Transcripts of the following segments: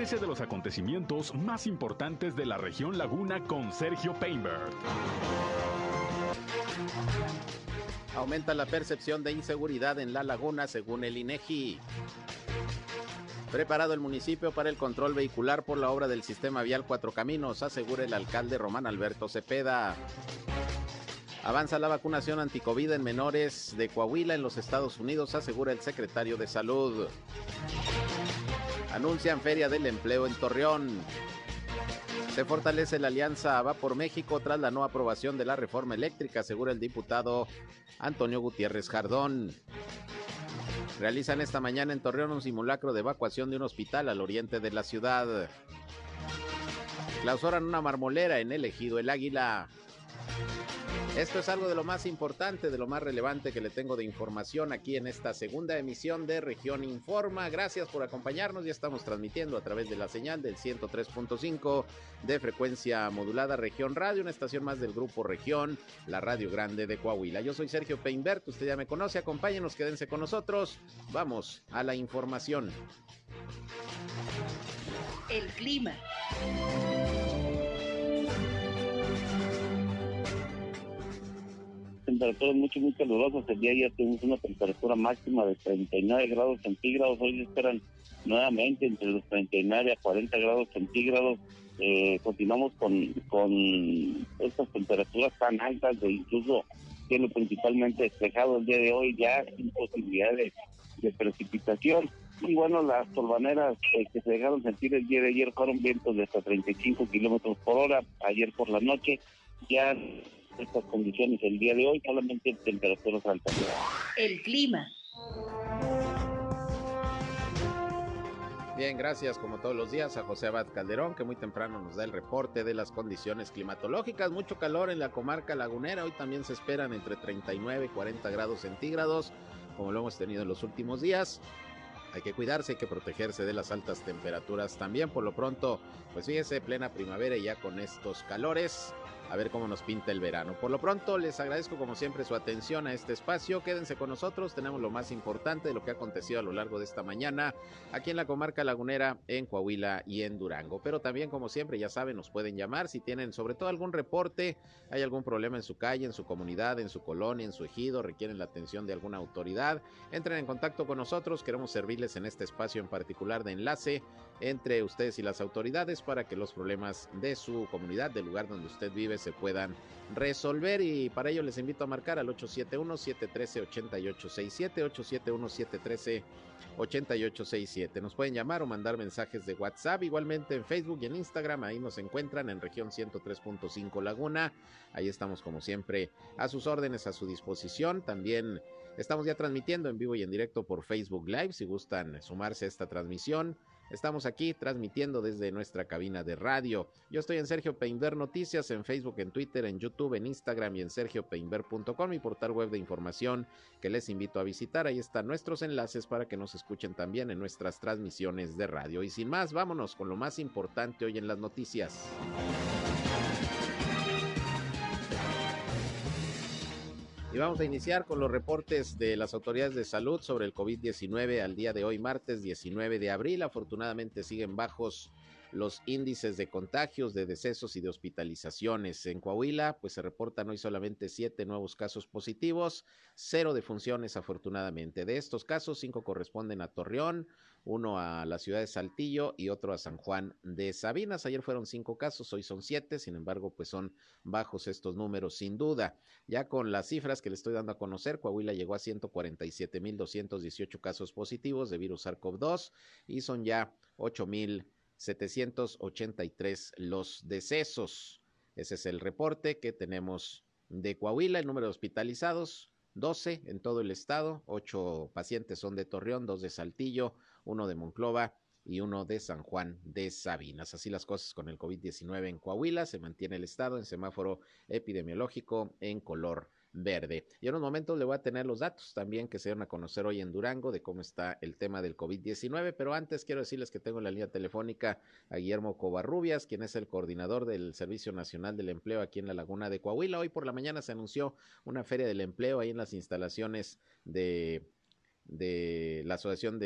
Entérese de los acontecimientos más importantes de la región Laguna con Sergio Painberg. Aumenta la percepción de inseguridad en La Laguna según el INEGI. Preparado el municipio para el control vehicular por la obra del sistema vial Cuatro Caminos, asegura el alcalde Román Alberto Cepeda. Avanza la vacunación anticovid en menores de Coahuila en los Estados Unidos, asegura el secretario de Salud. Anuncian Feria del Empleo en Torreón. Se fortalece la alianza Va por México tras la no aprobación de la reforma eléctrica, asegura el diputado Antonio Gutiérrez Jardón. Realizan esta mañana en Torreón un simulacro de evacuación de un hospital al oriente de la ciudad. Clausuran una marmolera en el Ejido El Águila. Esto es algo de lo más importante, de lo más relevante que le tengo de información aquí en esta segunda emisión de Región Informa. Gracias por acompañarnos. Ya estamos transmitiendo a través de la señal del 103.5 de frecuencia modulada Región Radio, una estación más del Grupo Región, la Radio Grande de Coahuila. Yo soy Sergio Painberg, usted ya me conoce. Acompáñenos, quédense con nosotros. Vamos a la información. El clima. Temperaturas muy calurosas. El día de ayer tuvimos una temperatura máxima de 39 grados centígrados. Hoy se esperan nuevamente entre los 39 a 40 grados centígrados. Continuamos con estas temperaturas tan altas, de incluso cielo principalmente despejado el día de hoy, ya sin posibilidad de precipitación. Y bueno, las tolvaneras que se dejaron sentir el día de ayer fueron vientos de hasta 35 kilómetros por hora. Ayer por la noche ya estas condiciones el día de hoy, solamente temperaturas altas. El clima. Bien, gracias como todos los días a José Abad Calderón, que muy temprano nos da el reporte de las condiciones climatológicas. Mucho calor en la comarca lagunera, hoy también se esperan entre 39 y 40 grados centígrados, como lo hemos tenido en los últimos días. Hay que cuidarse, hay que protegerse de las altas temperaturas también. Por lo pronto, pues fíjese, plena primavera y ya con estos calores, a ver cómo nos pinta el verano. Por lo pronto, les agradezco como siempre su atención a este espacio. Quédense con nosotros, tenemos lo más importante de lo que ha acontecido a lo largo de esta mañana aquí en la comarca lagunera, en Coahuila y en Durango. Pero también, como siempre, ya saben, nos pueden llamar si tienen sobre todo algún reporte, hay algún problema en su calle, en su comunidad, en su colonia, en su ejido, requieren la atención de alguna autoridad. Entren en contacto con nosotros, queremos servirles en este espacio en particular de enlace entre ustedes y las autoridades para que los problemas de su comunidad, del lugar donde usted vive, se puedan resolver, y para ello les invito a marcar al 871-713-8867, 871-713-8867. Nos pueden llamar o mandar mensajes de WhatsApp, igualmente en Facebook y en Instagram, ahí nos encuentran en región 103.5 Laguna, ahí estamos como siempre a sus órdenes, a su disposición. También estamos ya transmitiendo en vivo y en directo por Facebook Live, si gustan sumarse a esta transmisión. Estamos aquí transmitiendo desde nuestra cabina de radio. Yo estoy en Sergio Painberg Noticias, en Facebook, en Twitter, en YouTube, en Instagram y en sergiopainberg.com, mi portal web de información que les invito a visitar. Ahí están nuestros enlaces para que nos escuchen también en nuestras transmisiones de radio. Y sin más, vámonos con lo más importante hoy en las noticias. Y vamos a iniciar con los reportes de las autoridades de salud sobre el COVID-19 al día de hoy, martes 19 de abril. Afortunadamente siguen bajos los índices de contagios, de decesos y de hospitalizaciones. En Coahuila, pues se reportan hoy solamente 7 nuevos casos positivos, 0 defunciones afortunadamente. De estos casos, 5 corresponden a Torreón, 1 a la ciudad de Saltillo y otro a San Juan de Sabinas. Ayer fueron 5 casos, hoy son 7, sin embargo, pues son bajos estos números sin duda. Ya con las cifras que le estoy dando a conocer, Coahuila llegó a 147,218 casos positivos de virus SARS-CoV-2 y son ya 8,783 los decesos. Ese es el reporte que tenemos de Coahuila. El número de hospitalizados, 12 en todo el estado, 8 pacientes son de Torreón, 2 de Saltillo, 1 de Monclova y 1 de San Juan de Sabinas. Así las cosas con el COVID-19 en Coahuila. Se mantiene el estado en semáforo epidemiológico en color verde. Y en unos momentos le voy a tener los datos también que se dieron a conocer hoy en Durango de cómo está el tema del COVID-19, pero antes quiero decirles que tengo en la línea telefónica a Guillermo Covarrubias, quien es el coordinador del Servicio Nacional del Empleo aquí en la Laguna de Coahuila. Hoy por la mañana se anunció una feria del empleo ahí en las instalaciones de la Asociación de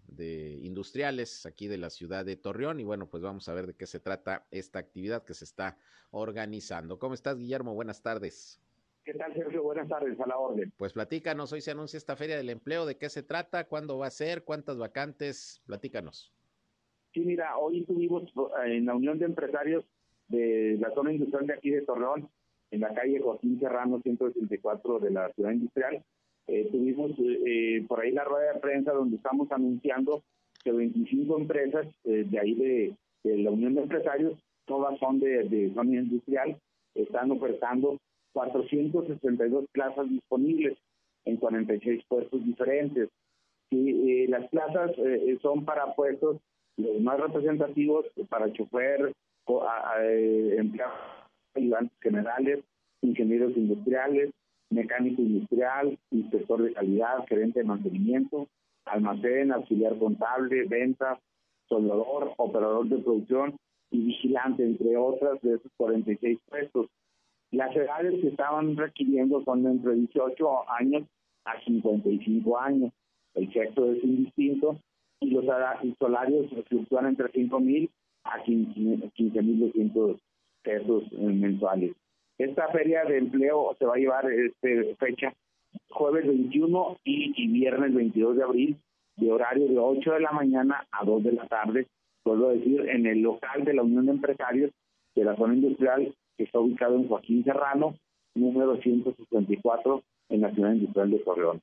de industriales aquí de la ciudad de Torreón y bueno, pues vamos a ver de qué se trata esta actividad que se está organizando. ¿Cómo estás, Guillermo? Buenas tardes. ¿Qué tal, Sergio? Buenas tardes, a la orden. Pues platícanos, hoy se anuncia esta Feria del Empleo, ¿de qué se trata? ¿Cuándo va a ser? ¿Cuántas vacantes? Platícanos. Sí, mira, hoy estuvimos en la Unión de Empresarios de la zona industrial de aquí de Torreón, en la calle Joaquín Serrano 184 de la ciudad industrial. Tuvimos por ahí la rueda de prensa donde estamos anunciando que 25 empresas de ahí de la Unión de Empresarios, todas son de zona industrial, están ofertando 462 plazas disponibles en 46 puestos diferentes. Y las plazas son para puestos los más representativos, para chofer, empleados ayudantes generales, ingenieros industriales, mecánico industrial, inspector de calidad, gerente de mantenimiento, almacén, auxiliar contable, ventas, soldador, operador de producción y vigilante, entre otras de esos 46 puestos. Las edades que estaban requiriendo son de entre 18 años a 55 años. El sexo es indistinto y los salarios fluctúan entre 5,000 a 15,200 pesos mensuales. Esta feria de empleo se va a llevar fecha jueves 21 y viernes 22 de abril, de horario de 8 de la mañana a 2 de la tarde, vuelvo a decir, en el local de la Unión de Empresarios de la zona industrial, que está ubicado en Joaquín Serrano, número 164, en la ciudad industrial de Torreón.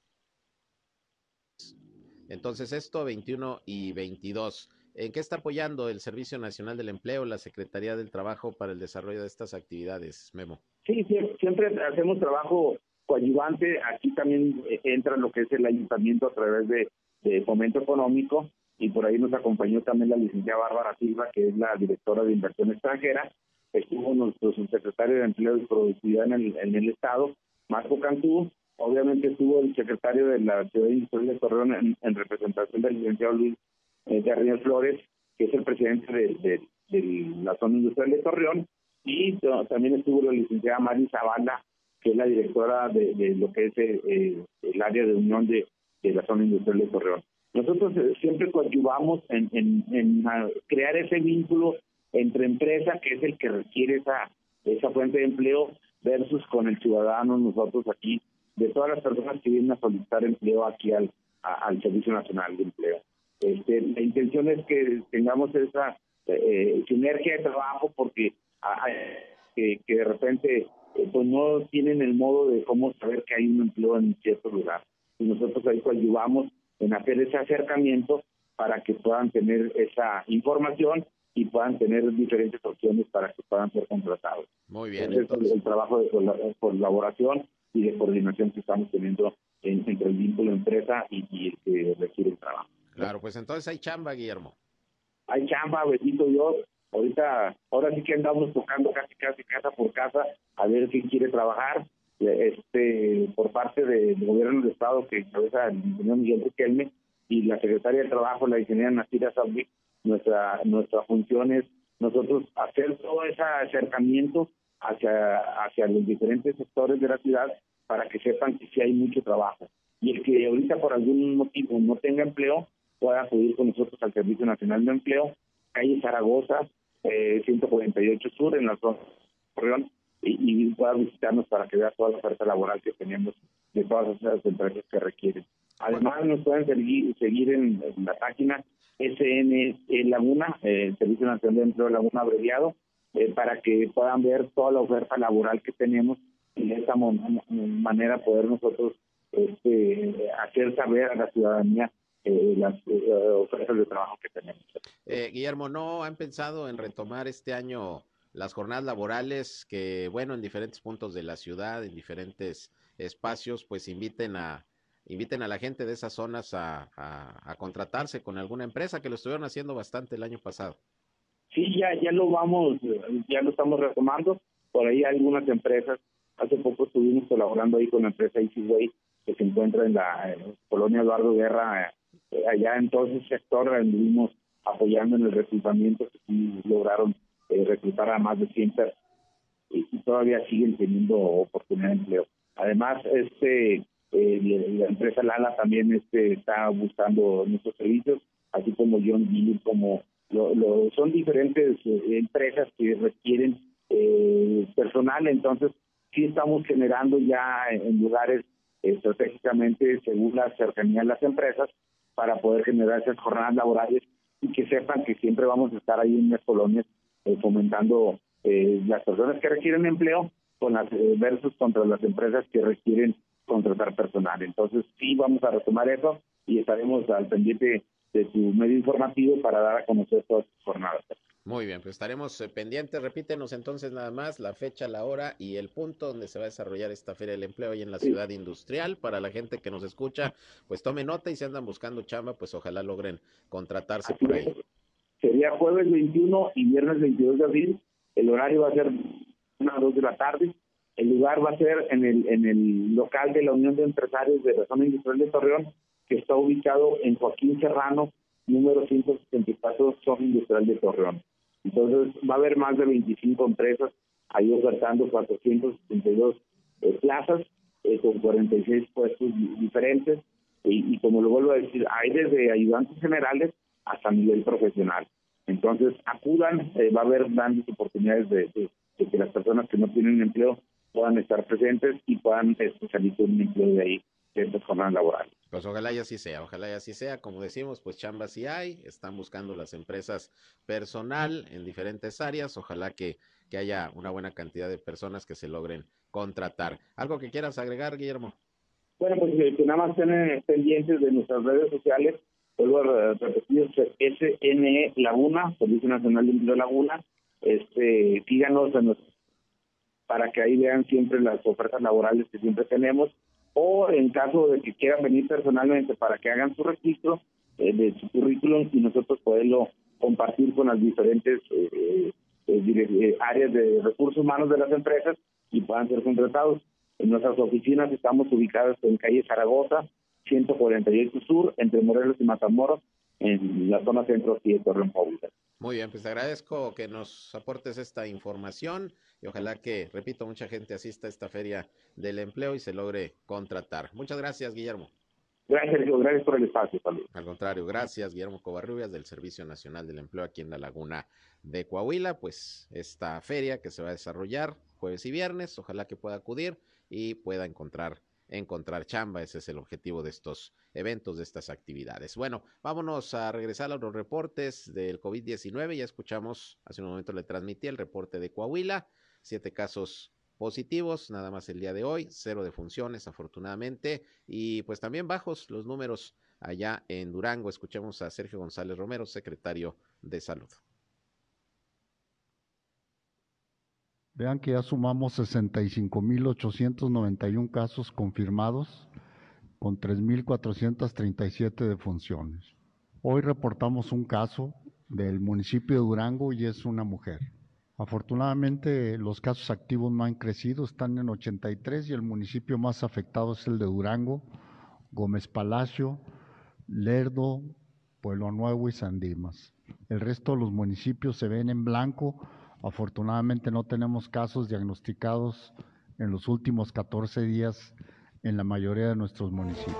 Entonces esto 21 y 22. ¿En qué está apoyando el Servicio Nacional del Empleo, la Secretaría del Trabajo para el desarrollo de estas actividades, Memo? Sí, siempre hacemos trabajo coadyuvante. Aquí también entra lo que es el ayuntamiento a través de fomento económico, y por ahí nos acompañó también la licenciada Bárbara Silva, que es la directora de inversión extranjera. Estuvo nuestro subsecretario de Empleo y Productividad en el Estado, Marco Cantú. Obviamente estuvo el secretario de la Ciudad Industrial de Torreón en representación del licenciado Luis Garnier Flores, que es el presidente de la zona industrial de Torreón, y también estuvo la licenciada Mari Zavala, que es la directora de lo que es el área de unión de la zona industrial de Torreón. Nosotros siempre coadyuvamos en crear ese vínculo entre empresa, que es el que requiere esa fuente de empleo, versus con el ciudadano, nosotros aquí, de todas las personas que vienen a solicitar empleo aquí al Servicio Nacional de Empleo. La intención es que tengamos esa sinergia de trabajo, porque que de repente pues no tienen el modo de cómo saber que hay un empleo en cierto lugar. Y nosotros ahí ayudamos en hacer ese acercamiento para que puedan tener esa información y puedan tener diferentes opciones para que puedan ser contratados. Muy bien. Entonces, el trabajo de colaboración y de coordinación que estamos teniendo entre el vínculo empresa y el que requiere el trabajo. Claro, pues entonces hay chamba, Guillermo. Hay chamba, besito Dios. Ahora sí que andamos tocando casi casa por casa a ver quién quiere trabajar. Por parte del gobierno del estado, que encabeza el ingeniero Miguel Riquelme, y la secretaria de Trabajo, la ingeniera Nasira Sabri, nuestra función es nosotros hacer todo ese acercamiento hacia los diferentes sectores de la ciudad, para que sepan que sí hay mucho trabajo. Y el que ahorita por algún motivo no tenga empleo, pueda acudir con nosotros al Servicio Nacional de Empleo, calle Zaragoza, 148 Sur, en la zona de Torreón, y pueda visitarnos para que vea toda la oferta laboral que tenemos de todas esas empresas que requieren. Además, nos pueden seguir en la página SNE Laguna, Servicio Nacional de Empleo Laguna abreviado, para que puedan ver toda la oferta laboral que tenemos, y de esta manera poder nosotros hacer saber a la ciudadanía las ofertas de trabajo que tenemos. Guillermo, ¿no han pensado en retomar este año las jornadas laborales que, bueno, en diferentes puntos de la ciudad, en diferentes espacios, pues inviten a la gente de esas zonas a contratarse con alguna empresa, que lo estuvieron haciendo bastante el año pasado? Sí, ya lo estamos retomando. Por ahí algunas empresas, hace poco estuvimos colaborando ahí con la empresa Easyway, que se encuentra en la colonia Eduardo Guerra, allá en todo ese sector anduvimos apoyando en el reclutamiento, que sí lograron reclutar a más de 100 personas y todavía siguen teniendo oportunidad de empleo. Además, la empresa Lala también está buscando nuestros servicios, así como John Deere, como son diferentes empresas que requieren personal. Entonces sí estamos generando ya en lugares estratégicamente según la cercanía de las empresas para poder generar esas jornadas laborales y que sepan que siempre vamos a estar ahí en las colonias fomentando las personas que requieren empleo con las versus contra las empresas que requieren contratar personal. Entonces sí vamos a retomar eso y estaremos al pendiente de tu medio informativo para dar a conocer todas las jornadas. Muy bien, pues estaremos pendientes. Repítenos entonces nada más la fecha, la hora y el punto donde se va a desarrollar esta Feria del Empleo ahí en la ciudad industrial. Para la gente que nos escucha, pues tome nota y si andan buscando chamba, pues ojalá logren contratarse por ahí. Sería jueves 21 y viernes 22 de abril. El horario va a ser 1 a 2 de la tarde. El lugar va a ser en el local de la Unión de Empresarios de la Zona Industrial de Torreón, que está ubicado en Joaquín Serrano, número 174, Zona Industrial de Torreón. Entonces va a haber más de 25 empresas ahí ofertando 472 plazas con 46 puestos diferentes y como lo vuelvo a decir, hay desde ayudantes generales hasta nivel profesional. Entonces acudan, va a haber grandes oportunidades de que las personas que no tienen empleo puedan estar presentes y puedan salir con un empleo de ahí, de estas jornadas laborales. Pues ojalá y así sea, como decimos, pues chambas sí hay, están buscando las empresas personal en diferentes áreas, ojalá que haya una buena cantidad de personas que se logren contratar. ¿Algo que quieras agregar, Guillermo? Bueno, pues que nada más estén pendientes de nuestras redes sociales, vuelvo a repetir, SNE Laguna, Servicio Nacional de Empleo Laguna, síganos para que ahí vean siempre las ofertas laborales que siempre tenemos, o en caso de que quieran venir personalmente para que hagan su registro de su currículum y nosotros poderlo compartir con las diferentes áreas de recursos humanos de las empresas y puedan ser contratados. En nuestras oficinas estamos ubicadas en calle Zaragoza, 148 Sur, entre Morelos y Matamoros, en la zona centro aquí de Torreón, Coahuila. Muy bien, pues te agradezco que nos aportes esta información y ojalá que, repito, mucha gente asista a esta Feria del Empleo y se logre contratar. Muchas gracias, Guillermo. Gracias, Sergio. Gracias por el espacio. Salud. Al contrario, gracias, Guillermo Covarrubias del Servicio Nacional del Empleo aquí en la Laguna de Coahuila. Pues esta feria que se va a desarrollar jueves y viernes, ojalá que pueda acudir y pueda encontrar chamba. Ese es el objetivo de estos eventos, de estas actividades. Bueno, vámonos a regresar a los reportes del COVID-19. Ya escuchamos, hace un momento le transmití el reporte de Coahuila, 7 casos positivos, nada más el día de hoy, 0 defunciones afortunadamente, y pues también bajos los números allá en Durango. Escuchemos a Sergio González Romero, secretario de Salud. Vean que ya sumamos 65,891 casos confirmados con 3,437 defunciones. Hoy reportamos un caso del municipio de Durango y es una mujer. Afortunadamente los casos activos no han crecido, están en 83 y el municipio más afectado es el de Durango, Gómez Palacio, Lerdo, Pueblo Nuevo y San Dimas. El resto de los municipios se ven en blanco. Afortunadamente no tenemos casos diagnosticados en los últimos 14 días en la mayoría de nuestros municipios.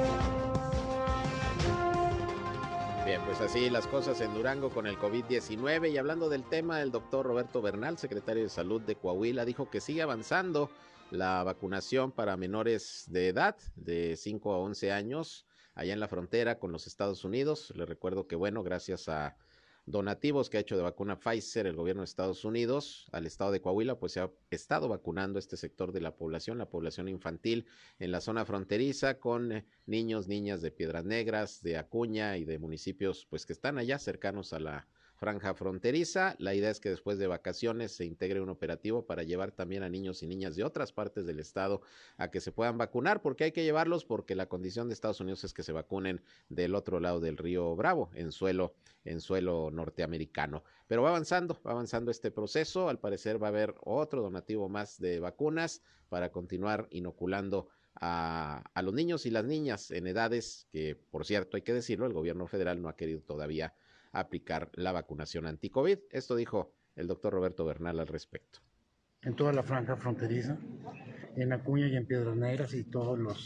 Bien, pues así las cosas en Durango con el COVID-19. Y hablando del tema, el doctor Roberto Bernal, secretario de Salud de Coahuila, dijo que sigue avanzando la vacunación para menores de edad de 5 a 11 años allá en la frontera con los Estados Unidos. Les recuerdo que, bueno, gracias a donativos que ha hecho de vacuna Pfizer el gobierno de Estados Unidos al estado de Coahuila, pues se ha estado vacunando este sector de la población infantil en la zona fronteriza con niños, niñas de Piedras Negras, de Acuña y de municipios pues que están allá cercanos a la franja fronteriza. La idea es que después de vacaciones se integre un operativo para llevar también a niños y niñas de otras partes del estado a que se puedan vacunar, porque hay que llevarlos, porque la condición de Estados Unidos es que se vacunen del otro lado del río Bravo, en suelo norteamericano. Pero va avanzando este proceso. Al parecer va a haber otro donativo más de vacunas para continuar inoculando a los niños y las niñas en edades que, por cierto, hay que decirlo, el gobierno federal no ha querido todavía aplicar la vacunación anti-COVID. Esto dijo el doctor Roberto Bernal al respecto. En toda la franja fronteriza, en Acuña y en Piedras Negras y todos los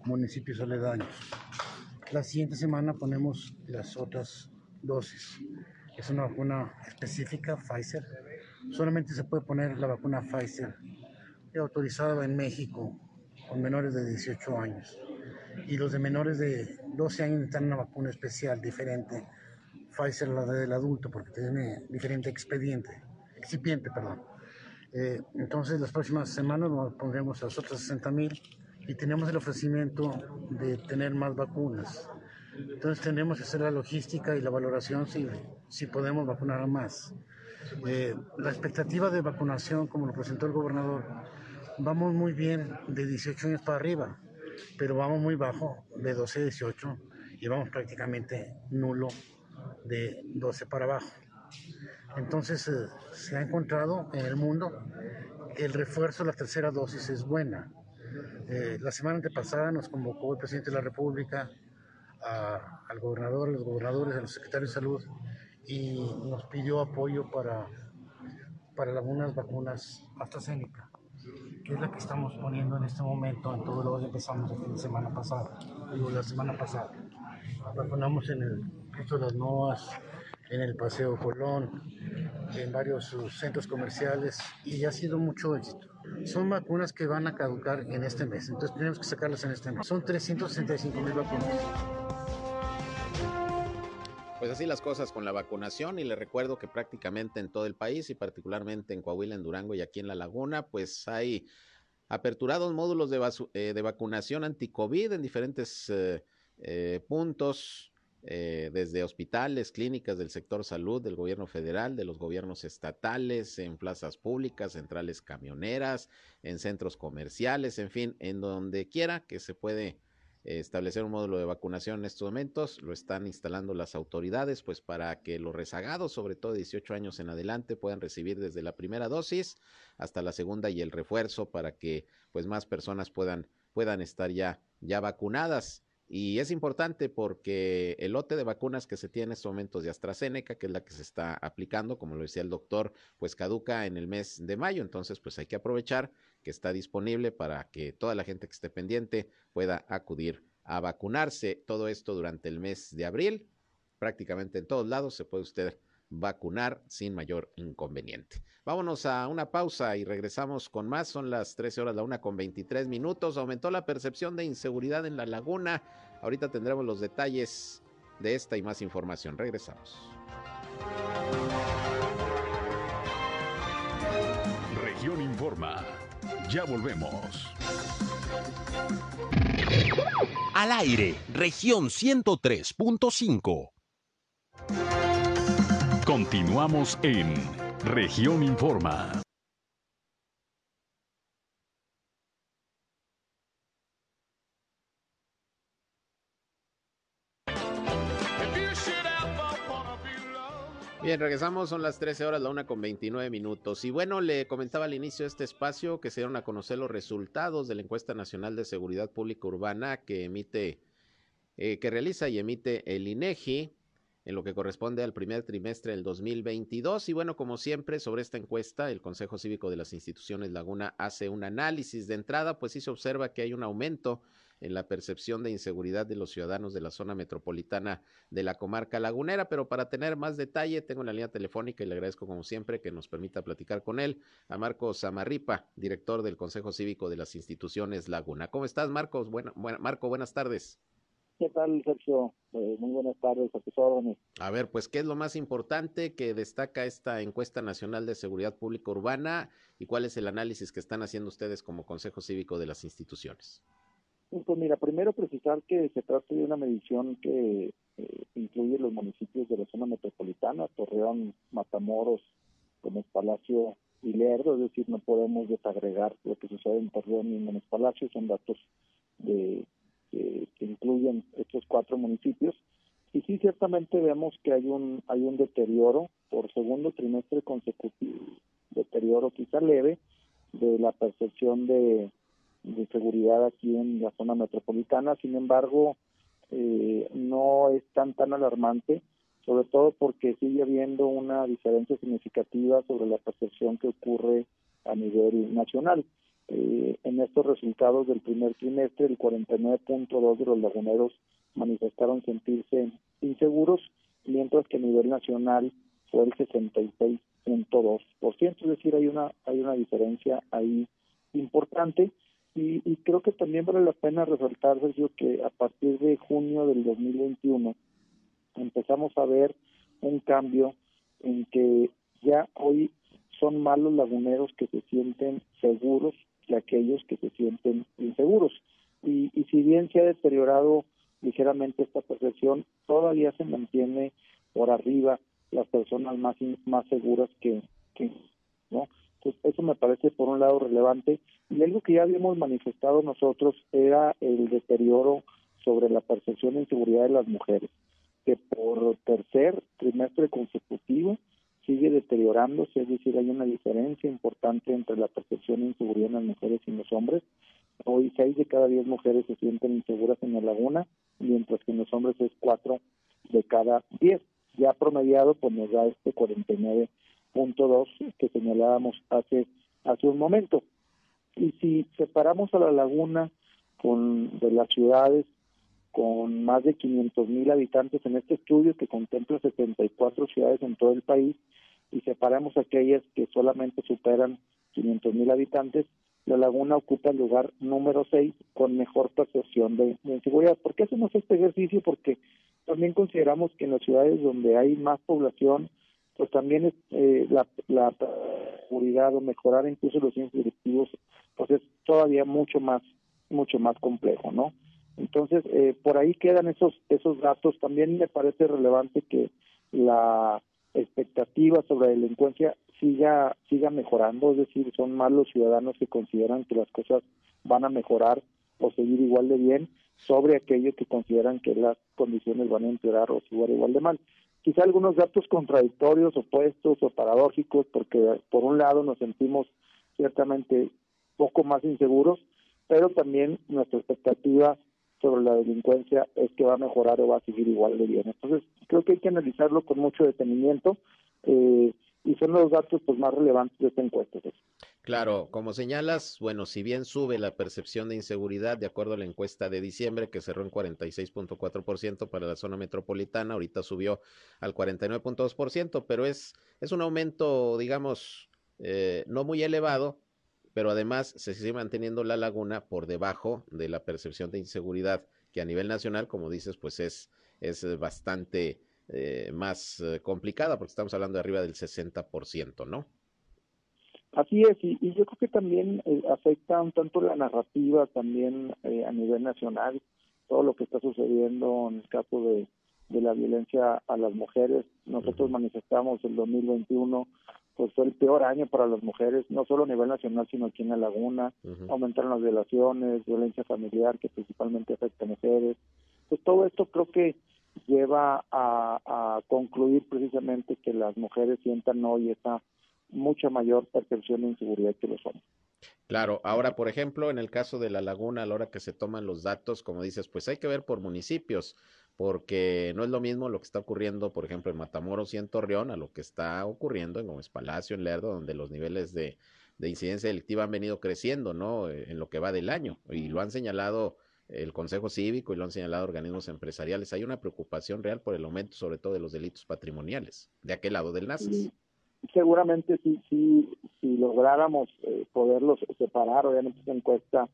municipios aledaños. La siguiente semana ponemos las otras dosis. Es una vacuna específica, Pfizer. Solamente se puede poner la vacuna Pfizer autorizada en México con menores de 18 años. Y los de menores de 12 años necesitan una vacuna especial, diferente. Pfizer, la del adulto, porque tiene diferente excipiente. Entonces, las próximas semanas nos pondremos a las otras 60,000 y tenemos el ofrecimiento de tener más vacunas. Entonces, tenemos que hacer la logística y la valoración si podemos vacunar a más. La expectativa de vacunación, como lo presentó el gobernador, vamos muy bien de 18 años para arriba, pero vamos muy bajo de 12 a 18 y vamos prácticamente nulo de 12 para abajo. Entonces se ha encontrado en el mundo que el refuerzo de la tercera dosis es buena. La semana antepasada nos convocó el presidente de la República, al gobernador, a los gobernadores, a los secretarios de salud y nos pidió apoyo para algunas vacunas AstraZeneca, que es la que estamos poniendo en este momento en todos lados. Empezamos la semana pasada. Vacunamos en el Cristo de las Novas, en el Paseo Colón, en varios centros comerciales y ha sido mucho éxito. Son vacunas que van a caducar en este mes, entonces tenemos que sacarlas en este mes. Son 365,000 vacunas. Pues así las cosas con la vacunación, y les recuerdo que prácticamente en todo el país y particularmente en Coahuila, en Durango y aquí en La Laguna, pues hay aperturados módulos de vacunación anti-COVID en diferentes puntos, desde hospitales, clínicas del sector salud, del gobierno federal, de los gobiernos estatales, en plazas públicas, centrales camioneras, en centros comerciales, en fin, en donde quiera que se puede establecer un módulo de vacunación en estos momentos. Lo están instalando las autoridades, pues para que los rezagados, sobre todo de 18 años en adelante, puedan recibir desde la primera dosis hasta la segunda y el refuerzo, para que pues más personas puedan estar ya vacunadas. Y es importante porque el lote de vacunas que se tiene en estos momentos de AstraZeneca, que es la que se está aplicando, como lo decía el doctor, pues caduca en el mes de mayo. Entonces pues hay que aprovechar que está disponible para que toda la gente que esté pendiente pueda acudir a vacunarse. Todo esto durante el mes de abril. Prácticamente en todos lados se puede usted vacunar sin mayor inconveniente. Vámonos a una pausa y regresamos con más. Son las 13 horas, la 1:23. Aumentó la percepción de inseguridad en La Laguna. Ahorita tendremos los detalles de esta y más información. Regresamos. Región Informa. Ya volvemos. Al aire, región 103.5. Continuamos en Región Informa. Bien, regresamos, son las 13 horas, la 1:29. Y bueno, le comentaba al inicio de este espacio que se dieron a conocer los resultados de la encuesta nacional de seguridad pública urbana que realiza y emite el INEGI en lo que corresponde al primer trimestre del 2022. Y bueno, como siempre, sobre esta encuesta, el Consejo Cívico de las Instituciones Laguna hace un análisis. De entrada, pues sí se observa que hay un aumento en la percepción de inseguridad de los ciudadanos de la zona metropolitana de la comarca lagunera, pero para tener más detalle tengo en la línea telefónica, y le agradezco como siempre que nos permita platicar con él, a Marcos Zamarripa, director del Consejo Cívico de las Instituciones Laguna. ¿Cómo estás, Marcos? Marco, buenas tardes. ¿Qué tal, Sergio? Muy buenas tardes, a tus órdenes. A ver, pues, ¿qué es lo más importante que destaca esta encuesta nacional de seguridad pública urbana y cuál es el análisis que están haciendo ustedes como Consejo Cívico de las Instituciones? Pues mira, primero precisar que se trata de una medición que incluye los municipios de la zona metropolitana, Torreón, Matamoros, Gómez Palacio y Lerdo, es decir, no podemos desagregar lo que sucede en Torreón y en Gómez Palacio, son datos que incluyen estos 4 municipios. Y sí, ciertamente vemos que hay un deterioro por segundo trimestre consecutivo, deterioro quizá leve, de la percepción de seguridad aquí en la zona metropolitana. Sin embargo, no es tan alarmante, sobre todo porque sigue habiendo una diferencia significativa sobre la percepción que ocurre a nivel nacional. En estos resultados del primer trimestre, el 49.2% de los laguneros manifestaron sentirse inseguros, mientras que a nivel nacional fue el 66.2%, es decir, hay una diferencia ahí importante, y creo que también vale la pena resaltar, Sergio, que a partir de junio del 2021 empezamos a ver un cambio en que ya hoy son más los laguneros que se sienten seguros que aquellos que se sienten inseguros. Y si bien se ha deteriorado ligeramente esta percepción, todavía se mantiene por arriba las personas más seguras que ¿no? Entonces, eso me parece por un lado relevante. Y algo que ya habíamos manifestado nosotros era el deterioro sobre la percepción de inseguridad de las mujeres, que por tercer trimestre consecutivo sigue deteriorándose, es decir, hay una diferencia importante entre la percepción de inseguridad en las mujeres y en los hombres. Hoy 6 de cada 10 mujeres se sienten inseguras en la laguna, mientras que en los hombres es 4 de cada 10. Ya promediado, pues nos da este 49.2 que señalábamos hace un momento. Y si separamos a la laguna de las ciudades con más de 500,000 habitantes en este estudio que contempla 74 ciudades en todo el país, y separamos aquellas que solamente superan 500,000 habitantes, la laguna ocupa el lugar número 6 con mejor percepción de inseguridad. ¿Por qué hacemos este ejercicio? Porque también consideramos que en las ciudades donde hay más población, pues también la seguridad o mejorar incluso los índices directivos, pues es todavía mucho más complejo, ¿no? Entonces, por ahí quedan esos datos. También me parece relevante que la expectativa sobre la delincuencia siga mejorando, es decir, son más los ciudadanos que consideran que las cosas van a mejorar o seguir igual de bien sobre aquellos que consideran que las condiciones van a empeorar o seguir igual de mal. Quizá algunos datos contradictorios, opuestos o paradójicos, porque por un lado nos sentimos ciertamente poco más inseguros, pero también nuestra expectativa sobre la delincuencia es que va a mejorar o va a seguir igual de bien. Entonces, creo que hay que analizarlo con mucho detenimiento, y son los datos pues más relevantes de esta encuesta. Claro, como señalas, bueno, si bien sube la percepción de inseguridad, de acuerdo a la encuesta de diciembre, que cerró en 46.4% para la zona metropolitana, ahorita subió al 49.2%, pero es un aumento, digamos, no muy elevado, pero además se sigue manteniendo la laguna por debajo de la percepción de inseguridad, que a nivel nacional, como dices, pues es bastante más complicada, porque estamos hablando de arriba del 60%, ¿no? Así es, y yo creo que también afecta un tanto la narrativa también a nivel nacional, todo lo que está sucediendo en el caso de la violencia a las mujeres. Nosotros manifestamos el 2021, pues fue el peor año para las mujeres, no solo a nivel nacional, sino aquí en la laguna. Aumentaron las violaciones, violencia familiar, que principalmente afecta a mujeres. Pues todo esto creo que lleva a concluir precisamente que las mujeres sientan hoy esa mucha mayor percepción de inseguridad que los hombres. Claro, ahora por ejemplo, en el caso de la laguna, a la hora que se toman los datos, como dices, pues hay que ver por municipios, porque no es lo mismo lo que está ocurriendo, por ejemplo, en Matamoros y en Torreón, a lo que está ocurriendo en Gómez Palacio, en Lerdo, donde los niveles de incidencia delictiva han venido creciendo, ¿no? En lo que va del año, y lo han señalado el Consejo Cívico y lo han señalado organismos empresariales. Hay una preocupación real por el aumento, sobre todo de los delitos patrimoniales, de aquel lado del NASAS. Seguramente si lográramos poderlos separar, obviamente esa encuesta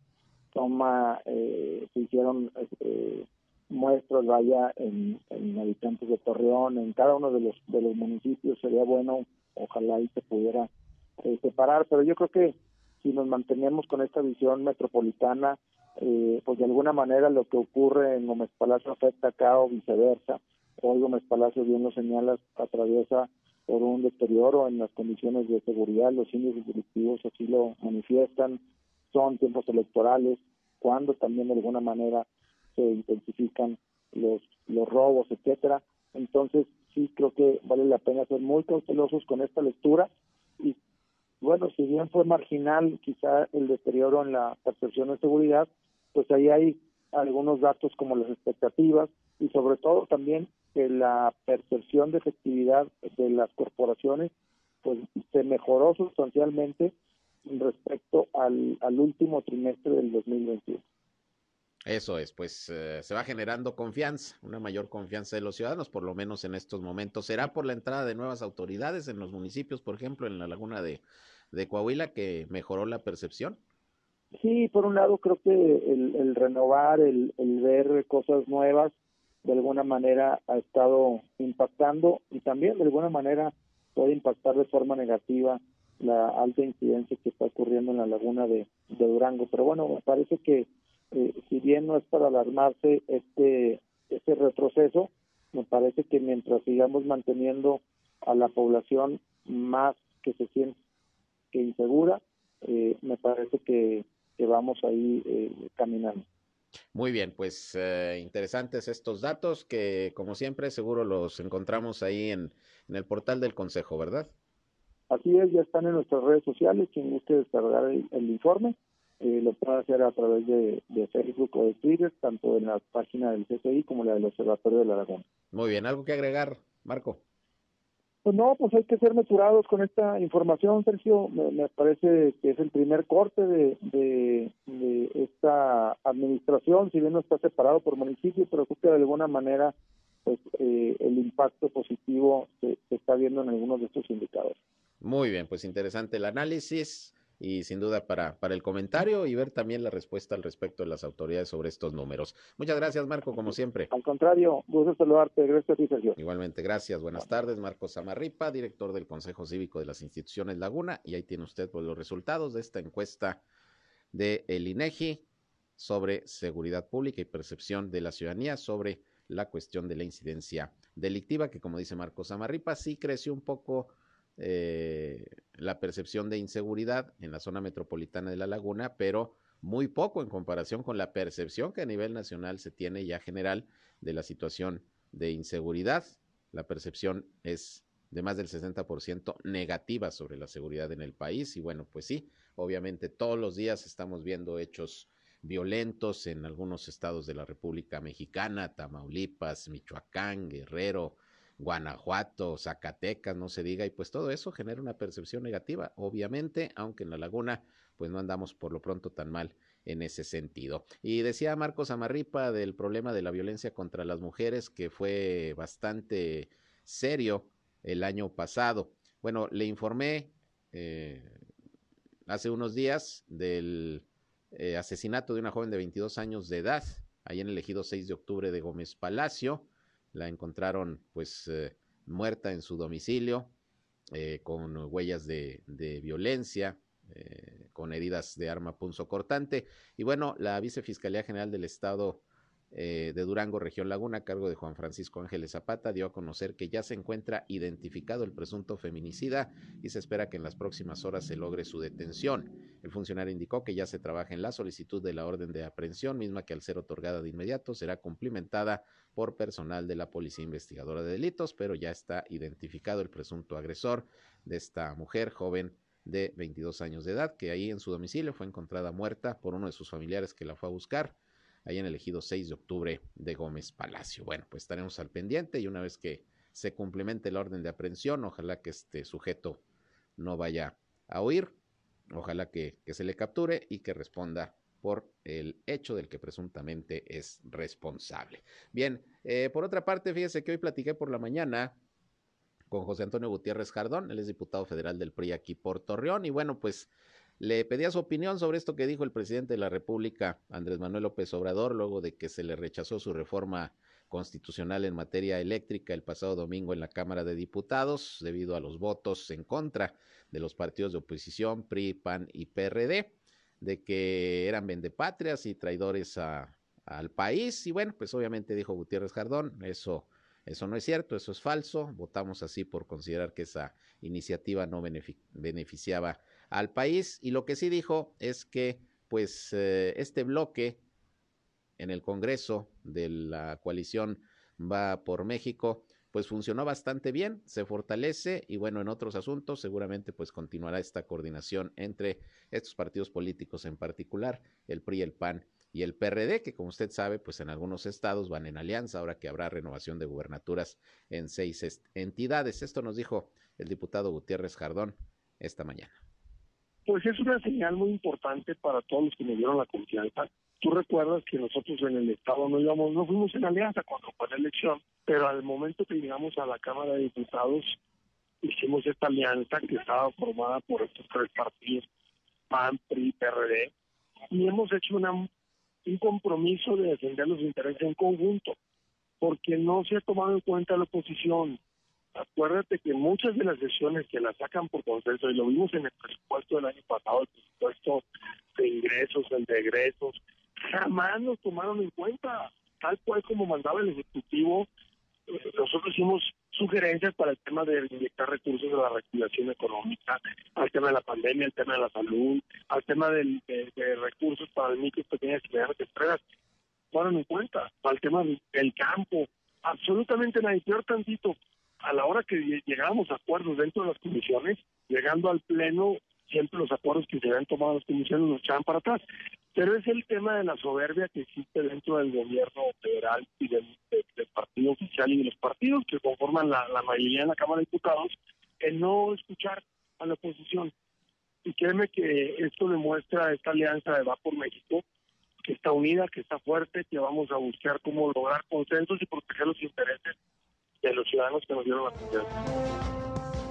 se hicieron muestras, vaya, en habitantes de Torreón, en cada uno de los municipios, sería bueno, ojalá y se pudiera separar, pero yo creo que si nos mantenemos con esta visión metropolitana, pues de alguna manera lo que ocurre en Gómez Palacio afecta acá o viceversa. Hoy Gómez Palacio, bien lo señalas, atraviesa por un deterioro en las condiciones de seguridad, los índices delictivos así lo manifiestan, son tiempos electorales, cuando también de alguna manera se intensifican los robos, etcétera. Entonces sí creo que vale la pena ser muy cautelosos con esta lectura, y bueno, si bien fue marginal quizá el deterioro en la percepción de seguridad, pues ahí hay algunos datos como las expectativas, y sobre todo también que la percepción de efectividad de las corporaciones pues se mejoró sustancialmente, respecto al último trimestre del 2021. Eso es, pues se va generando confianza, una mayor confianza de los ciudadanos, por lo menos en estos momentos. ¿Será por la entrada de nuevas autoridades en los municipios, por ejemplo, en la laguna de Coahuila, que mejoró la percepción? Sí, por un lado creo que el renovar, el ver cosas nuevas, de alguna manera ha estado impactando, y también de alguna manera puede impactar de forma negativa la alta incidencia que está ocurriendo en la laguna de Durango. Pero bueno, me parece que si bien no es para alarmarse este retroceso, me parece que mientras sigamos manteniendo a la población más que se siente que insegura, me parece que vamos ahí caminando. Muy bien, pues interesantes estos datos que, como siempre, seguro los encontramos ahí en el portal del Consejo, ¿verdad? Así es, ya están en nuestras redes sociales. Quien guste descargar el informe, lo puede hacer a través de Facebook o de Twitter, tanto en la página del CCI como la del Observatorio de la Laguna. Muy bien, ¿algo que agregar, Marco? Pues no, pues hay que ser mesurados con esta información, Sergio. Me parece que es el primer corte de esta administración, si bien no está separado por municipio, pero creo que de alguna manera pues el impacto positivo se está viendo en algunos de estos indicadores. Muy bien, pues interesante el análisis y sin duda para el comentario y ver también la respuesta al respecto de las autoridades sobre estos números. Muchas gracias, Marco, como siempre. Al contrario, gusto saludarte. Gracias a ti, Sergio. Igualmente, gracias. Buenas tardes, Marco Samarripa, director del Consejo Cívico de las Instituciones Laguna, y ahí tiene usted pues, los resultados de esta encuesta de el INEGI sobre seguridad pública y percepción de la ciudadanía sobre la cuestión de la incidencia delictiva, que como dice Marco Samarripa, sí creció un poco la percepción de inseguridad en la zona metropolitana de La Laguna, pero muy poco en comparación con la percepción que a nivel nacional se tiene ya general de la situación de inseguridad. La percepción es de más del 60% negativa sobre la seguridad en el país y bueno, pues sí, obviamente todos los días estamos viendo hechos violentos en algunos estados de la República Mexicana, Tamaulipas, Michoacán, Guerrero, Guanajuato, Zacatecas, no se diga, y pues todo eso genera una percepción negativa, obviamente, aunque en La Laguna pues no andamos por lo pronto tan mal en ese sentido. Y decía Marcos Amarripa del problema de la violencia contra las mujeres, que fue bastante serio el año pasado. Bueno, le informé hace unos días del asesinato de una joven de 22 años de edad, ahí en el ejido 6 de octubre de Gómez Palacio. La encontraron pues muerta en su domicilio, con huellas de violencia, con heridas de arma punzocortante. Y bueno, la Vicefiscalía General del Estado de Durango, Región Laguna, a cargo de Juan Francisco Ángeles Zapata, dio a conocer que ya se encuentra identificado el presunto feminicida y se espera que en las próximas horas se logre su detención. El funcionario indicó que ya se trabaja en la solicitud de la orden de aprehensión, misma que al ser otorgada de inmediato será cumplimentada por personal de la Policía Investigadora de Delitos, pero ya está identificado el presunto agresor de esta mujer joven de 22 años de edad, que ahí en su domicilio fue encontrada muerta por uno de sus familiares que la fue a buscar, ahí en el ejido 6 de octubre de Gómez Palacio. Bueno, pues estaremos al pendiente y una vez que se cumplimente la orden de aprehensión, ojalá que este sujeto no vaya a huir, ojalá que se le capture y que responda por el hecho del que presuntamente es responsable. Bien, por otra parte, fíjese que hoy platiqué por la mañana con José Antonio Gutiérrez Jardón, él es diputado federal del PRI aquí por Torreón, y bueno, pues le pedía su opinión sobre esto que dijo el presidente de la República, Andrés Manuel López Obrador, luego de que se le rechazó su reforma constitucional en materia eléctrica el pasado domingo en la Cámara de Diputados, debido a los votos en contra de los partidos de oposición, PRI, PAN y PRD, de que eran vendepatrias y traidores al país. Y bueno, pues obviamente dijo Gutiérrez Jardón, eso no es cierto, eso es falso. Votamos así por considerar que esa iniciativa no beneficiaba al país. Y lo que sí dijo es que pues este bloque en el Congreso de la coalición Va por México pues funcionó bastante bien, se fortalece y bueno, en otros asuntos seguramente pues continuará esta coordinación entre estos partidos políticos, en particular el PRI, el PAN y el PRD, que como usted sabe pues en algunos estados van en alianza, ahora que habrá renovación de gubernaturas en 6 entidades. Esto nos dijo el diputado Gutiérrez Jardón esta mañana. Pues es una señal muy importante para todos los que nos dieron la confianza. Tú recuerdas que nosotros en el Estado no fuimos en alianza cuando fue la elección, pero al momento que llegamos a la Cámara de Diputados, hicimos esta alianza que estaba formada por estos tres partidos, PAN, PRI, PRD, y hemos hecho un compromiso de defender los intereses en conjunto, porque no se ha tomado en cuenta la oposición. Acuérdate que muchas de las decisiones que las sacan por consenso, y lo vimos en el presupuesto del año pasado, el presupuesto de ingresos, el de egresos, jamás nos tomaron en cuenta, tal cual como mandaba el Ejecutivo. Nosotros hicimos sugerencias para el tema de inyectar recursos de la reactivación económica, al tema de la pandemia, al tema de la salud, al tema de recursos para el micro, pequeñas y medianas empresas, tomaron en cuenta, al tema del campo, absolutamente nadie. Peor tantito, a la hora que llegábamos a acuerdos dentro de las comisiones, llegando al pleno, siempre los acuerdos que se habían tomado en las comisiones nos echaban para atrás. Pero es el tema de la soberbia que existe dentro del gobierno federal y del partido oficial y de los partidos que conforman la mayoría en la Cámara de Diputados, en no escuchar a la oposición. Y créeme que esto demuestra esta alianza de Va por México, que está unida, que está fuerte, que vamos a buscar cómo lograr consensos y proteger los intereses de los ciudadanos que nos dieron la confianza.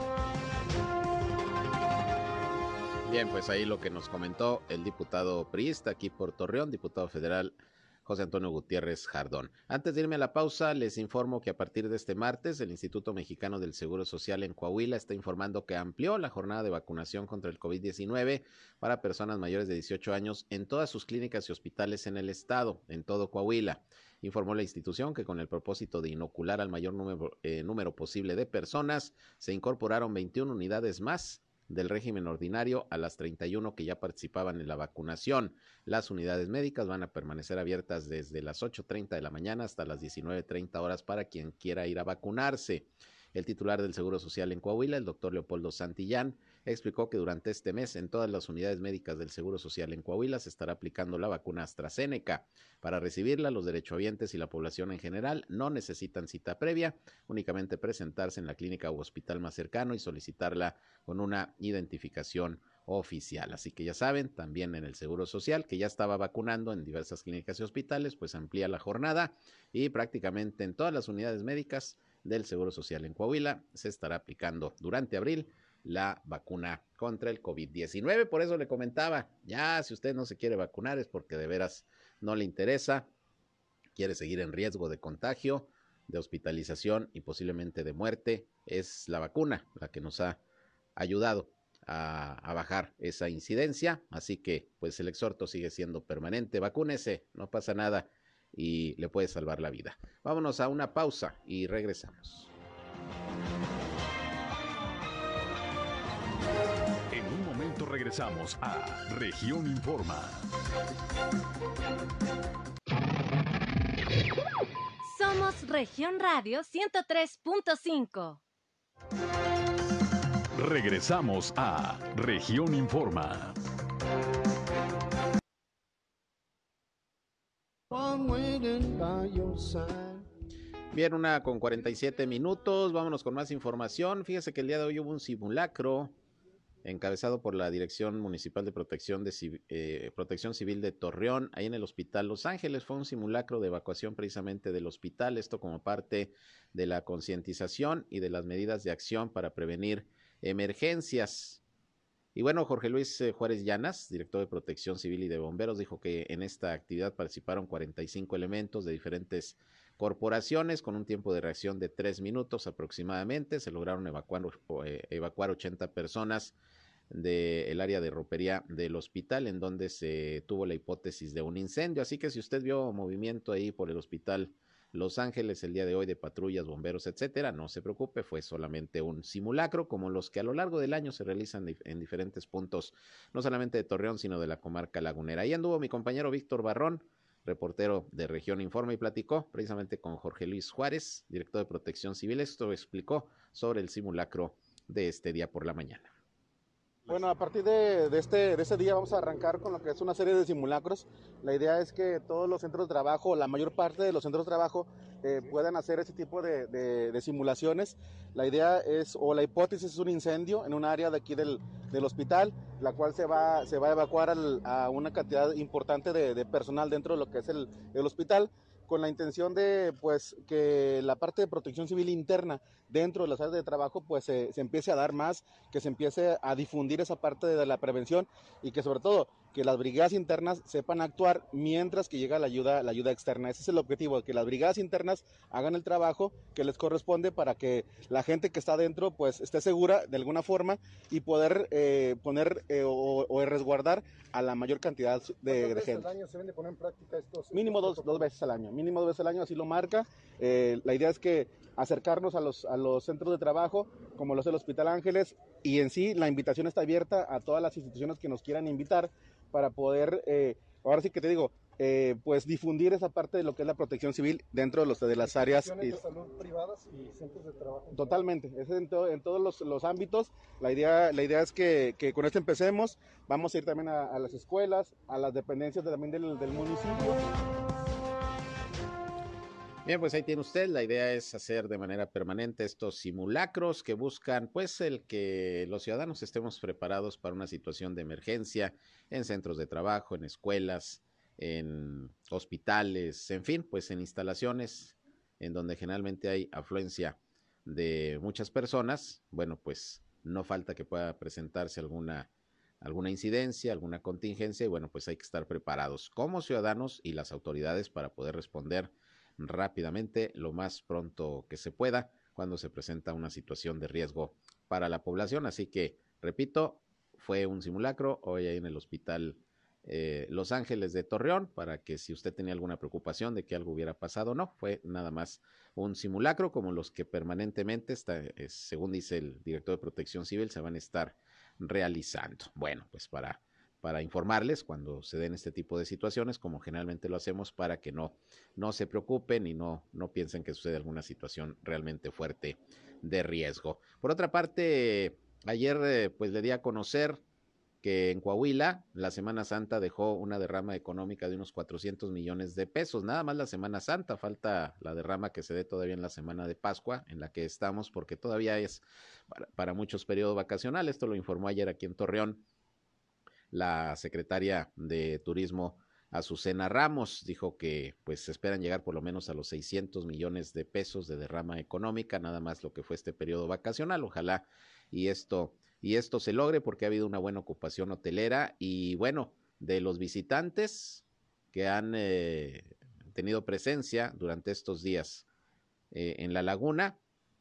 Bien, pues ahí lo que nos comentó el diputado priista aquí por Torreón, diputado federal José Antonio Gutiérrez Jardón. Antes de irme a la pausa, les informo que a partir de este martes, el Instituto Mexicano del Seguro Social en Coahuila está informando que amplió la jornada de vacunación contra el COVID-19 para personas mayores de 18 años en todas sus clínicas y hospitales en el estado, en todo Coahuila. Informó la institución que con el propósito de inocular al mayor número posible de personas, se incorporaron 21 unidades más del régimen ordinario a las 31 que ya participaban en la vacunación. Las unidades médicas van a permanecer abiertas desde las 8:30 de la mañana hasta las 19:30 horas para quien quiera ir a vacunarse. El titular del Seguro Social en Coahuila, el doctor Leopoldo Santillán, explicó que durante este mes en todas las unidades médicas del Seguro Social en Coahuila se estará aplicando la vacuna AstraZeneca. Para recibirla, los derechohabientes y la población en general no necesitan cita previa, únicamente presentarse en la clínica u hospital más cercano y solicitarla con una identificación oficial. Así que ya saben, también en el Seguro Social, que ya estaba vacunando en diversas clínicas y hospitales, pues amplía la jornada y prácticamente en todas las unidades médicas del Seguro Social en Coahuila se estará aplicando durante abril la vacuna contra el COVID-19. Por eso le comentaba, ya si usted no se quiere vacunar es porque de veras no le interesa, quiere seguir en riesgo de contagio, de hospitalización y posiblemente de muerte. Es la vacuna la que nos ha ayudado a bajar esa incidencia, así que pues el exhorto sigue siendo permanente, vacúnese, no pasa nada y le puede salvar la vida. Vámonos a una pausa y regresamos. En un momento regresamos a Región Informa. Somos Región Radio 103.5. Regresamos a Región Informa. Bien, 1:47. Vámonos con más información. Fíjese que el día de hoy hubo un simulacro encabezado por la Dirección Municipal de Protección Civil de Torreón, ahí en el Hospital Los Ángeles. Fue un simulacro de evacuación precisamente del hospital, esto como parte de la concientización y de las medidas de acción para prevenir emergencias. Y bueno, Jorge Luis Juárez Llanas, director de Protección Civil y de Bomberos, dijo que en esta actividad participaron 45 elementos de diferentes corporaciones con un tiempo de reacción de 3 minutos aproximadamente. Se lograron evacuar 80 personas del área de ropería del hospital, en donde se tuvo la hipótesis de un incendio. Así que si usted vio movimiento ahí por el hospital Los Ángeles el día de hoy de patrullas, bomberos, etcétera, no se preocupe, fue solamente un simulacro como los que a lo largo del año se realizan en diferentes puntos, no solamente de Torreón, sino de la comarca lagunera. Ahí anduvo mi compañero Víctor Barrón, reportero de Región Informa, y platicó precisamente con Jorge Luis Juárez, director de Protección Civil. Esto explicó sobre el simulacro de este día por la mañana. Bueno, a partir de ese día vamos a arrancar con lo que es una serie de simulacros. La idea es que todos los centros de trabajo, la mayor parte de los centros de trabajo, puedan hacer ese tipo de simulaciones. La idea es, o la hipótesis es un incendio en un área de aquí del hospital, la cual se va a evacuar a una cantidad importante de personal dentro de lo que es el hospital, con la intención de pues que la parte de protección civil interna dentro de las áreas de trabajo pues se empiece a dar más, que se empiece a difundir esa parte de la prevención y que sobre todo que las brigadas internas sepan actuar mientras que llega la ayuda externa. Ese es el objetivo, que las brigadas internas hagan el trabajo que les corresponde para que la gente que está adentro pues esté segura de alguna forma y poder poner o resguardar a la mayor cantidad de gente. ¿Cuántas veces al año se deben de poner en práctica estos? Mínimo dos veces al año, mínimo 2 veces al año, así lo marca. La idea es que acercarnos a los centros de trabajo, como lo es el Hospital Ángeles, y en sí la invitación está abierta a todas las instituciones que nos quieran invitar para poder, ahora sí que te digo, pues difundir esa parte de lo que es la protección civil dentro de las áreas de salud privadas y centros de trabajo. Totalmente, es en todos los ámbitos. La idea es que con esto empecemos. Vamos a ir también a las escuelas, a las dependencias también del municipio. Bien, pues ahí tiene usted, la idea es hacer de manera permanente estos simulacros que buscan pues el que los ciudadanos estemos preparados para una situación de emergencia en centros de trabajo, en escuelas, en hospitales, en fin, pues en instalaciones en donde generalmente hay afluencia de muchas personas. Bueno, pues no falta que pueda presentarse alguna incidencia, alguna contingencia y bueno, pues hay que estar preparados como ciudadanos y las autoridades para poder responder rápidamente lo más pronto que se pueda cuando se presenta una situación de riesgo para la población. Así que, repito, fue un simulacro hoy ahí en el hospital Los Ángeles de Torreón, para que si usted tenía alguna preocupación de que algo hubiera pasado, no, fue nada más un simulacro como los que permanentemente, según dice el director de Protección Civil, se van a estar realizando. Bueno, pues para informarles cuando se den este tipo de situaciones, como generalmente lo hacemos, para que no se preocupen y no piensen que sucede alguna situación realmente fuerte de riesgo. Por otra parte, ayer pues le di a conocer que en Coahuila la Semana Santa dejó una derrama económica de unos 400 millones de pesos, nada más la Semana Santa, falta la derrama que se dé todavía en la semana de Pascua, en la que estamos, porque todavía es para muchos periodo vacacional. Esto lo informó ayer aquí en Torreón la secretaria de Turismo, Azucena Ramos. Dijo que pues se esperan llegar por lo menos a los 600 millones de pesos de derrama económica, nada más lo que fue este periodo vacacional. Ojalá y esto se logre, porque ha habido una buena ocupación hotelera y bueno, de los visitantes que han tenido presencia durante estos días en la laguna,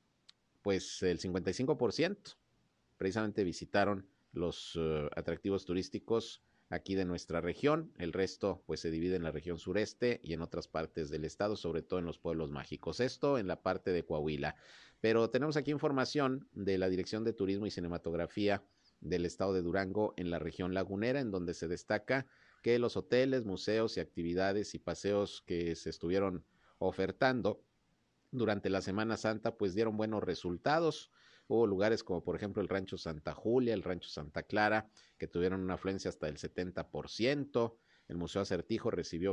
pues el 55% precisamente visitaron los atractivos turísticos aquí de nuestra región. El resto pues se divide en la región sureste y en otras partes del estado, sobre todo en los pueblos mágicos. Esto en la parte de Coahuila. Pero tenemos aquí información de la Dirección de Turismo y Cinematografía del estado de Durango en la región lagunera, en donde se destaca que los hoteles, museos y actividades y paseos que se estuvieron ofertando durante la Semana Santa pues dieron buenos resultados. Hubo lugares como por ejemplo el Rancho Santa Julia, el Rancho Santa Clara, que tuvieron una afluencia hasta del 70%. El Museo Acertijo recibió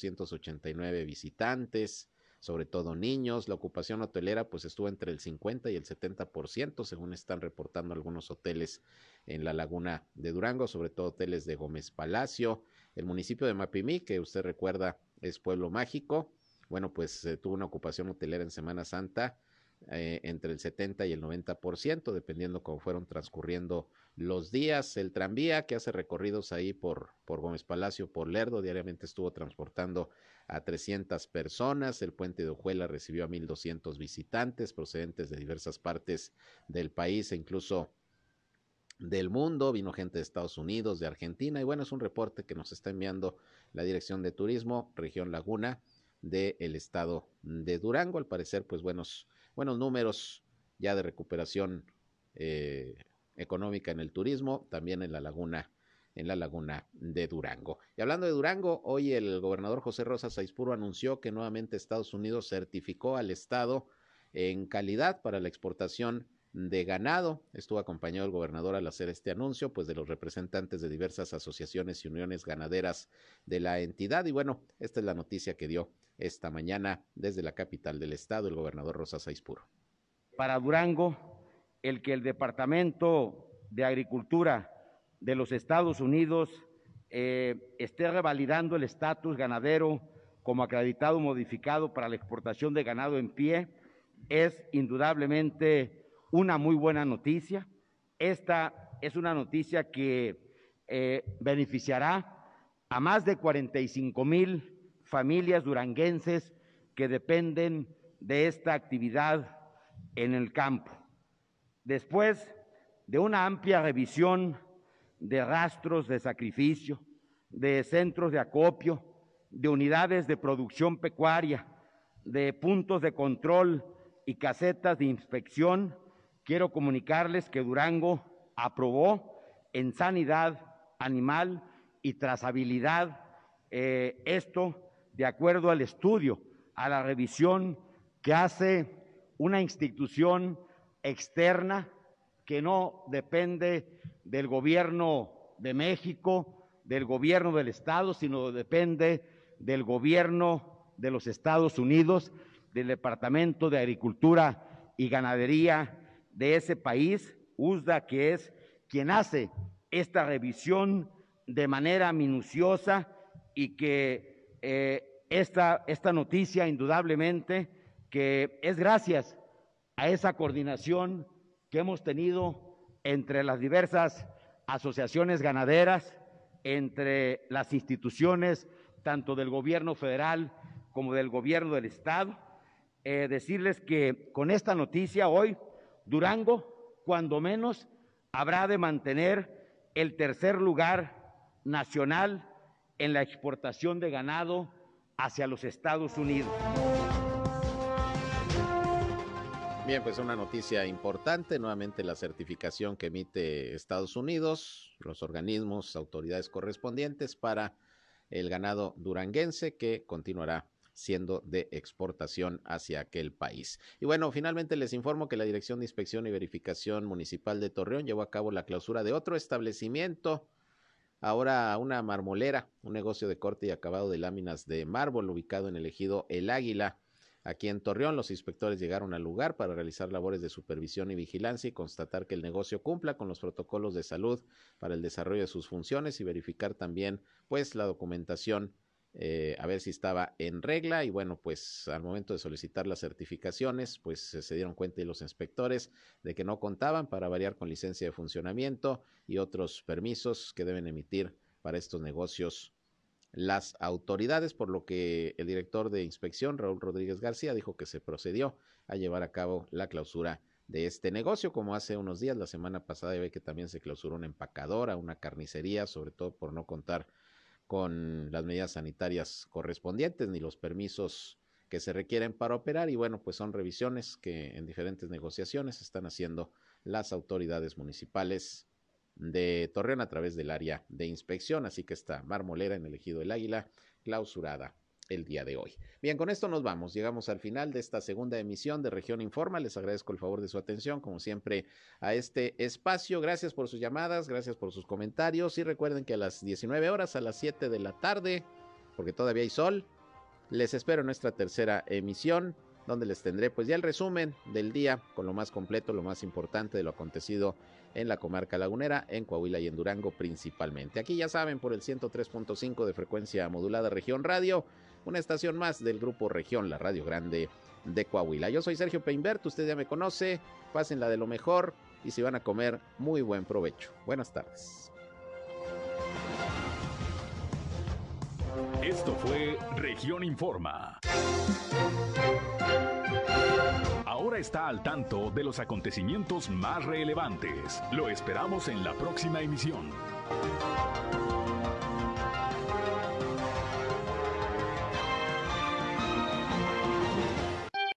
1,489 visitantes, sobre todo niños. La ocupación hotelera pues estuvo entre el 50 y el 70%, según están reportando algunos hoteles en la laguna de Durango, sobre todo hoteles de Gómez Palacio. El municipio de Mapimí, que usted recuerda es pueblo mágico, bueno, pues tuvo una ocupación hotelera en Semana Santa entre el 70 y el 90%, dependiendo cómo fueron transcurriendo los días. El tranvía, que hace recorridos ahí por Gómez Palacio, por Lerdo, diariamente estuvo transportando a 300 personas. El puente de Ojuela recibió a 1,200 visitantes procedentes de diversas partes del país e incluso del mundo. Vino gente de Estados Unidos, de Argentina, y bueno, es un reporte que nos está enviando la Dirección de Turismo, Región Laguna, del estado de Durango. Al parecer, pues buenos números ya de recuperación económica en el turismo, también en la laguna de Durango. Y hablando de Durango, hoy el gobernador José Rosa Saizpuro anunció que nuevamente Estados Unidos certificó al estado en calidad para la exportación de ganado. Estuvo acompañado el gobernador al hacer este anuncio, pues de los representantes de diversas asociaciones y uniones ganaderas de la entidad. Y bueno, esta es la noticia que dio esta mañana desde la capital del estado el gobernador Rosa Saizpuro. Para Durango, el que el Departamento de Agricultura de los Estados Unidos esté revalidando el estatus ganadero como acreditado modificado para la exportación de ganado en pie es indudablemente una muy buena noticia. Esta es una noticia que beneficiará a más de 45,000 familias duranguenses que dependen de esta actividad en el campo. Después de una amplia revisión de rastros de sacrificio, de centros de acopio, de unidades de producción pecuaria, de puntos de control y casetas de inspección, quiero comunicarles que Durango aprobó en sanidad animal y trazabilidad, esto de acuerdo al estudio, a la revisión que hace una institución externa que no depende del gobierno de México, del gobierno del estado, sino depende del gobierno de los Estados Unidos, del Departamento de Agricultura y Ganadería de ese país, USDA, que es quien hace esta revisión de manera minuciosa, y que esta noticia indudablemente que es gracias a esa coordinación que hemos tenido entre las diversas asociaciones ganaderas, entre las instituciones tanto del gobierno federal como del gobierno del estado. Decirles que con esta noticia hoy Durango, cuando menos, habrá de mantener el tercer lugar nacional en la exportación de ganado hacia los Estados Unidos. Bien, pues una noticia importante, nuevamente la certificación que emite Estados Unidos, los organismos, autoridades correspondientes para el ganado duranguense, que continuará siendo de exportación hacia aquel país. Y bueno, finalmente les informo que la Dirección de Inspección y Verificación Municipal de Torreón llevó a cabo la clausura de otro establecimiento, ahora una marmolera, un negocio de corte y acabado de láminas de mármol ubicado en el ejido El Águila. Aquí en Torreón, los inspectores llegaron al lugar para realizar labores de supervisión y vigilancia y constatar que el negocio cumpla con los protocolos de salud para el desarrollo de sus funciones y verificar también pues la documentación, a ver si estaba en regla. Y bueno, pues al momento de solicitar las certificaciones, pues se dieron cuenta los inspectores de que no contaban, para variar, con licencia de funcionamiento y otros permisos que deben emitir para estos negocios las autoridades, por lo que el director de inspección, Raúl Rodríguez García, dijo que se procedió a llevar a cabo la clausura de este negocio, como hace unos días, la semana pasada, ya ve que también se clausuró una empacadora, una carnicería, sobre todo por no contar con las medidas sanitarias correspondientes ni los permisos que se requieren para operar. Y bueno, pues son revisiones que en diferentes negociaciones están haciendo las autoridades municipales de Torreón a través del área de inspección. Así que esta marmolera en el ejido El Águila clausurada el día de hoy. Bien, con esto nos vamos. Llegamos al final de esta segunda emisión de Región Informa. Les agradezco el favor de su atención, como siempre, a este espacio. Gracias por sus llamadas, gracias por sus comentarios. Y recuerden que a las 19 horas, a las 7 de la tarde, porque todavía hay sol, les espero en nuestra tercera emisión, donde les tendré pues ya el resumen del día con lo más completo, lo más importante de lo acontecido en la comarca lagunera, en Coahuila y en Durango principalmente. Aquí ya saben, por el 103.5 de frecuencia modulada Región Radio, una estación más del Grupo Región, la Radio Grande de Coahuila. Yo soy Sergio Peinbert, usted ya me conoce, pásenla de lo mejor y si van a comer, muy buen provecho. Buenas tardes. Esto fue Región Informa. Ahora está al tanto de los acontecimientos más relevantes. Lo esperamos en la próxima emisión.